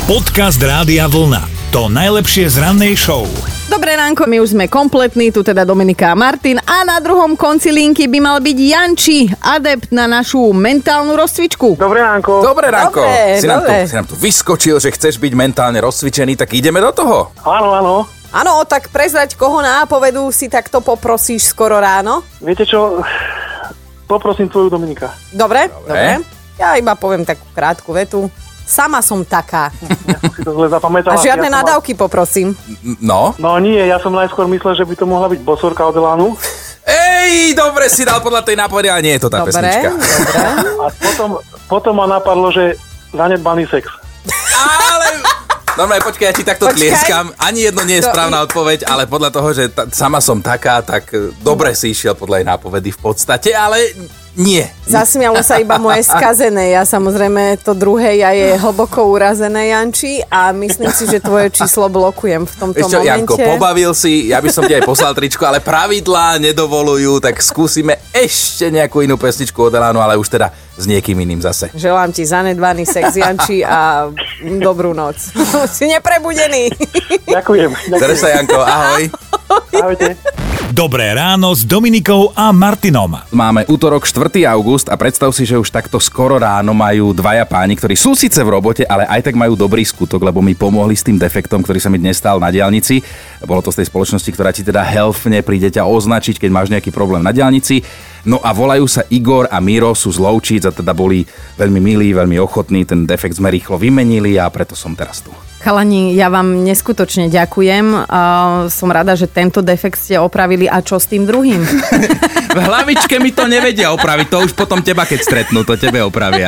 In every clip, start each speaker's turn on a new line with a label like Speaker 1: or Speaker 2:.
Speaker 1: Podcast Rádia Vlna. To najlepšie z rannej show.
Speaker 2: Dobré ránko, my už sme kompletní, tu teda Dominika a Martin a na druhom konci linky by mal byť Janči, adept na našu mentálnu rozcvičku.
Speaker 3: Dobré ránko.
Speaker 4: Dobré ránko. Si
Speaker 2: Dobre.
Speaker 4: nám tu vyskočil, že chceš byť mentálne rozcvičený, tak ideme do toho.
Speaker 3: Áno, áno.
Speaker 2: Áno, tak prezrať, koho na povedu si takto poprosíš skoro ráno.
Speaker 3: Viete čo? Poprosím tvoju Dominika.
Speaker 2: Dobre. Ja iba poviem takú krátku vetu. Sama som taká.
Speaker 3: Ja som si to zle zapamätala.
Speaker 2: A žiadne nadávky poprosím.
Speaker 4: No.
Speaker 3: No nie, ja som najskôr myslel, že by to mohla byť bosorka od Elánu.
Speaker 4: Ej, dobre si dal podľa tej nápovedy, ale nie je to tá pesnička.
Speaker 2: Dobre.
Speaker 3: A potom ma napadlo, že zanedbaný sex.
Speaker 4: Ale... Normálne, počkaj, ja ti takto tlieskam. Ani jedno nie je správna odpoveď, ale podľa toho, že sama som taká, tak dobre si išiel podľa jej nápovedy v podstate, ale nie.
Speaker 2: Zasmialo sa iba moje skazené. Ja samozrejme to druhé ja je hlboko urazené, Janči, a myslím si, že tvoje číslo blokujem v tomto
Speaker 4: Ešte,
Speaker 2: momente.
Speaker 4: Janko, pobavil si, ja by som ti aj poslal tričko, ale pravidlá nedovolujú, tak skúsime ešte nejakú inú pesničku od Elánu, ale už teda s niekým iným zase.
Speaker 2: Želám ti zanedbaný sex, Janči, a dobrú noc. Si neprebudený.
Speaker 3: Ďakujem.
Speaker 4: Zdar sa, Janko, ahoj.
Speaker 3: Ahojte.
Speaker 1: Dobré ráno s Dominikou a Martinom.
Speaker 4: Máme útorok 4. august a predstav si, že už takto skoro ráno majú dvaja páni, ktorí sú síce v robote, ale aj tak majú dobrý skutok, lebo mi pomohli s tým defektom, ktorý sa mi dnes stal na diaľnici. Bolo to z tej spoločnosti, ktorá ti teda helfne príde ťa označiť, keď máš nejaký problém na diaľnici. No a volajú sa Igor a Miro, sú z Lovčíc a teda boli veľmi milí, veľmi ochotní. Ten defekt sme rýchlo vymenili a preto som teraz tu.
Speaker 2: Chalani, ja vám neskutočne ďakujem. Som rada, že tento defekt ste opravili. A čo s tým druhým?
Speaker 4: V hlavičke mi to nevedia opraviť, to už potom teba, keď stretnú, to tebe opravia.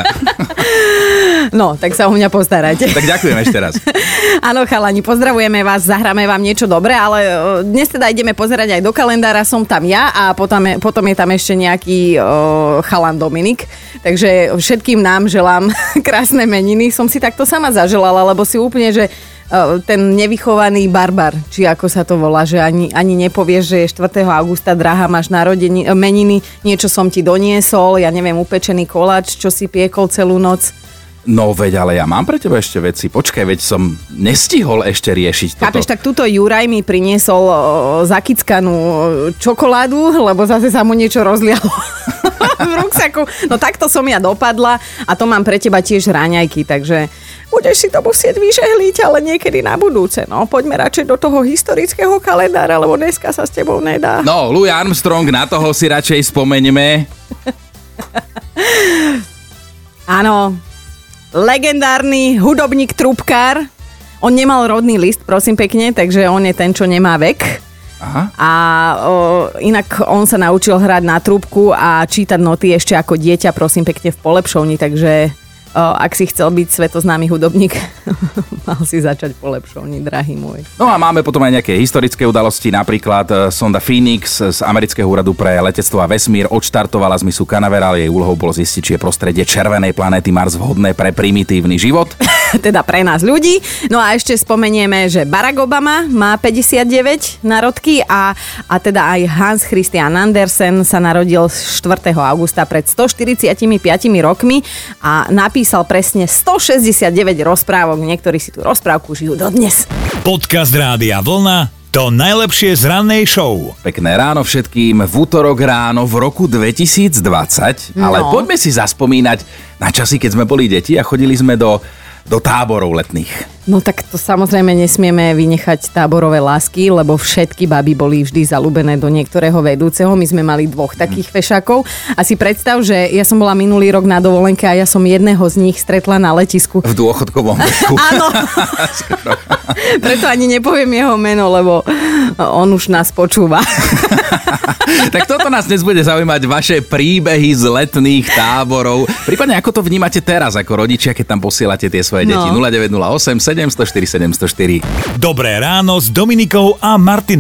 Speaker 2: No, tak sa o mňa postarajte.
Speaker 4: Tak ďakujem ešte raz.
Speaker 2: Áno, chalani, pozdravujeme vás, zahráme vám niečo dobré, ale dnes teda ideme pozerať aj do kalendára, som tam ja a potom je tam ešte nejaký chalan Dominik. Takže všetkým nám želám krásne meniny. Som si takto sama zaželala, lebo si úplne, že ten nevychovaný barbar, či ako sa to volá, že ani nepovieš, že je 4. augusta, drahá, máš meniny, niečo som ti doniesol, ja neviem, upečený koláč, čo si piekol celú noc.
Speaker 4: No veď, ale ja mám pre teba ešte veci. Počkaj, veď som nestihol ešte riešiť toto.
Speaker 2: Chápeš, tak túto Juraj mi priniesol zakickanú čokoládu, lebo zase sa mu niečo rozlialo v ruksaku. No takto som ja dopadla a to mám pre teba tiež raňajky, takže budeš si to musieť vyžehliť, ale niekedy na budúce. No, poďme radšej do toho historického kalendára, lebo dneska sa s tebou nedá.
Speaker 4: No, Louis Armstrong, na toho si radšej spomeňme. Áno.
Speaker 2: Legendárny hudobník trúbkár. On nemal rodný list, prosím pekne, takže on je ten, čo nemá vek.
Speaker 4: Aha.
Speaker 2: A inak on sa naučil hrať na trúbku a čítať noty ešte ako dieťa, prosím pekne, v polepšovni, takže ak si chcel byť svetoznámy hudobník, mal si začať polepšovni, drahý môj.
Speaker 4: No a máme potom aj nejaké historické udalosti, napríklad sonda Phoenix z Amerického úradu pre letectvo a vesmír odštartovala z mysu Canaveral. Jej úlohou bolo zistiť, či je prostredie červenej planéty Mars vhodné pre primitívny život.
Speaker 2: Teda pre nás ľudí. No a ešte spomenieme, že Barack Obama má 59 narodky a teda aj Hans Christian Andersen sa narodil 4. augusta pred 145 rokmi a napísal presne 169 rozprávok. Niektorí si tú rozprávku žijú dodnes.
Speaker 1: Podcast Rádia Vlna. To najlepšie z rannej show.
Speaker 4: Pekné ráno všetkým, v útorok ráno v roku 2020, ale poďme si zaspomínať na časy, keď sme boli deti a chodili sme do táborov letných.
Speaker 2: No tak to samozrejme nesmieme vynechať táborové lásky, lebo všetky baby boli vždy zalúbené do niektorého vedúceho. My sme mali 2 takých fešákov. A si predstav, že ja som bola minulý rok na dovolenke a ja som jedného z nich stretla na letisku.
Speaker 4: V dôchodkovom veku.
Speaker 2: Áno. Preto ani nepoviem jeho meno, lebo on už nás počúva.
Speaker 4: Tak toto nás dnes bude zaujímať, vaše príbehy z letných táborov. Prípadne ako to vnímate teraz ako rodičia, keď tam posielate tie svoje deti. 0908 704 704.
Speaker 1: Dobré ráno s Dominikou a Martinom.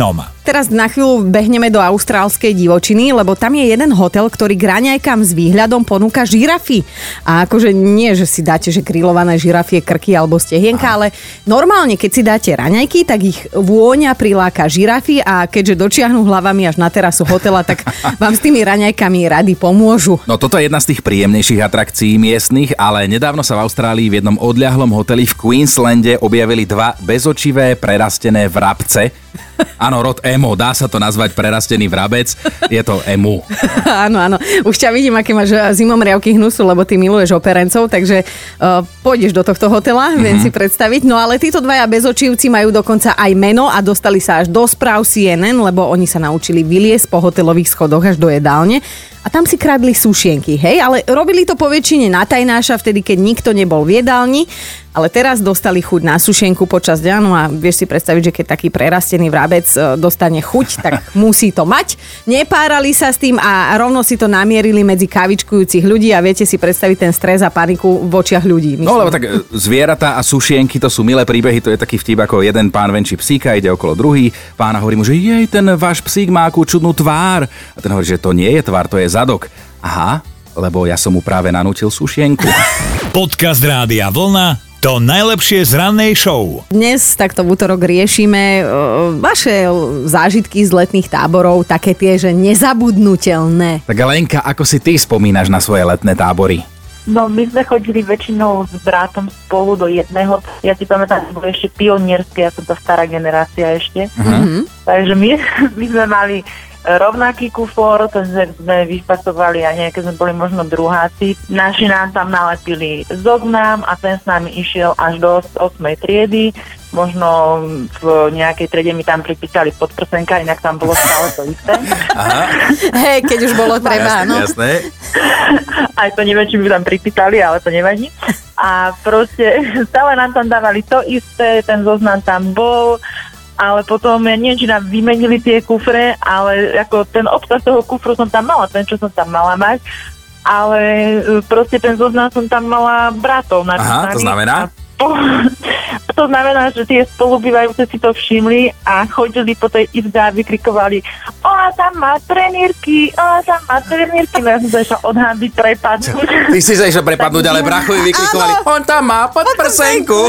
Speaker 2: Teraz na chvíľu behneme do austrálskej divočiny, lebo tam je jeden hotel, ktorý k raňajkám s výhľadom ponúka žirafy. A akože nie, že si dáte, že grillované žirafie krky alebo stehienka, ale normálne, keď si dáte raňajky, tak ich vôňa priláka žirafy a keďže dočiahnu hlavami až na terasu hotela, tak vám s tými raňajkami rady pomôžu.
Speaker 4: No toto je jedna z tých príjemnejších atrakcií miestnych, ale nedávno sa v Austrálii v jednom odľahlom hoteli v Queenslande objavili dva bezočivé prerastené vrabce. Áno, rod emu, dá sa to nazvať prerastený vrabec, je to emu.
Speaker 2: Áno, áno. Už ťa vidím, aké máš zimomriavky hnusu, lebo ty miluješ operencov, takže pôjdeš do tohto hotela, viem si predstaviť. No ale títo dvaja bezočívci majú dokonca aj meno a dostali sa až do správ CNN, lebo oni sa naučili vyliesť po hotelových schodoch až do jedálne. A tam si kradli sušienky, hej? Ale robili to po väčšine na tajnáša, vtedy, keď nikto nebol v jedálni. Ale teraz dostali chuť na sušienku počas dňa, no a vieš si predstaviť, že keď taký prerastený vrabec dostane chuť, tak musí to mať. Nepárali sa s tým a rovno si to namierili medzi kavičkujúcich ľudí a viete si predstaviť ten stres a paniku v očiach ľudí. Myslím.
Speaker 4: No lebo tak zvieratá a sušienky, to sú milé príbehy, to je taký vtip, ako jeden pán venčí psíka, ide okolo druhý, pána hovorí mu, že jej, ten váš psík má akú čudnú tvár. A ten hovorí, že to nie je tvár, to je zadok. Aha, lebo ja som mu práve nanútil sušienku.
Speaker 1: Podcast Rádia Vlna. To najlepšie z rannej show.
Speaker 2: Dnes takto v útorok riešime vaše zážitky z letných táborov, také tie, že nezabudnutelné.
Speaker 4: Tak Lenka, ako si ty spomínaš na svoje letné tábory?
Speaker 5: No, my sme chodili väčšinou s bratom spolu do jedného. Ja si pamätám, že bolo ešte pionierské, ja som tá stará generácia ešte. Takže my sme mali rovnaký kufor, ten sme vyšpasovali a nejaké sme boli možno druháci. Naši nám tam nalepili zoznam a ten s nami išiel až do 8. triedy. Možno v nejakej triede mi tam pripísali podprsenka, inak tam bolo stále to isté.
Speaker 4: Aha.
Speaker 2: Hej, keď už bolo treba, no.
Speaker 4: Jasné.
Speaker 5: Aj to neviem, či by tam pripísali, ale to nevadí. A proste stále nám tam dávali to isté, ten zoznam tam bol. Ale potom, ja neviem, či nám vymenili tie kufre, ale ako ten obsah toho kufru som tam mala, ten, čo som tam mala mať, ale proste ten zoznam som tam mala bratov napísaný.
Speaker 4: Aha, to znamená?
Speaker 5: To znamená, že tie spolubývajúce si to všimli a chodili po tej izbe a vykrikovali: ona tam má trenírky. No ja som sa išla odhábiť, prepadnúť.
Speaker 4: Ty si sa išla prepadnúť, ale brachovi vykrikovali: on tam má podprsenku.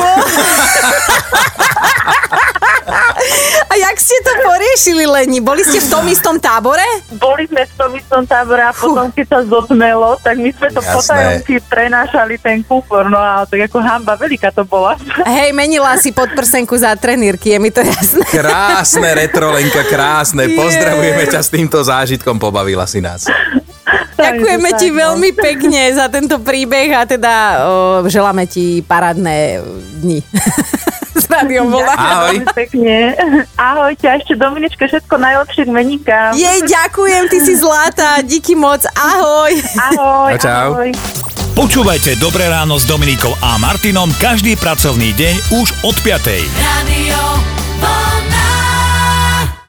Speaker 2: A jak ste to poriešili, Leni? Boli ste v tom istom tábore?
Speaker 5: Boli sme v tom istom tábore a potom, keď sa zotmelo, tak my sme to potajomky prenášali ten kufor. No a tak ako hamba veľká to bola.
Speaker 2: Hej, menila si podprsenku za trenírky, je mi to jasné.
Speaker 4: Krásne retro, Lenka, krásne. Pozdravujeme ťa s týmto zážitkom, pobavila si nás.
Speaker 2: Ďakujeme ti veľmi pekne za tento príbeh a teda želáme ti parádne dni. S Rádiom Vlna.
Speaker 4: Ahoj.
Speaker 5: Pekne. Ahojte, a ešte Dominičke, všetko najlepšie k meníkám.
Speaker 2: Jej, ďakujem, ty si zlatá, díky moc, ahoj.
Speaker 5: Ahoj,
Speaker 4: Čau.
Speaker 5: ahoj.
Speaker 1: Počúvajte Dobré ráno s Dominikou a Martinom každý pracovný deň už od 5:00.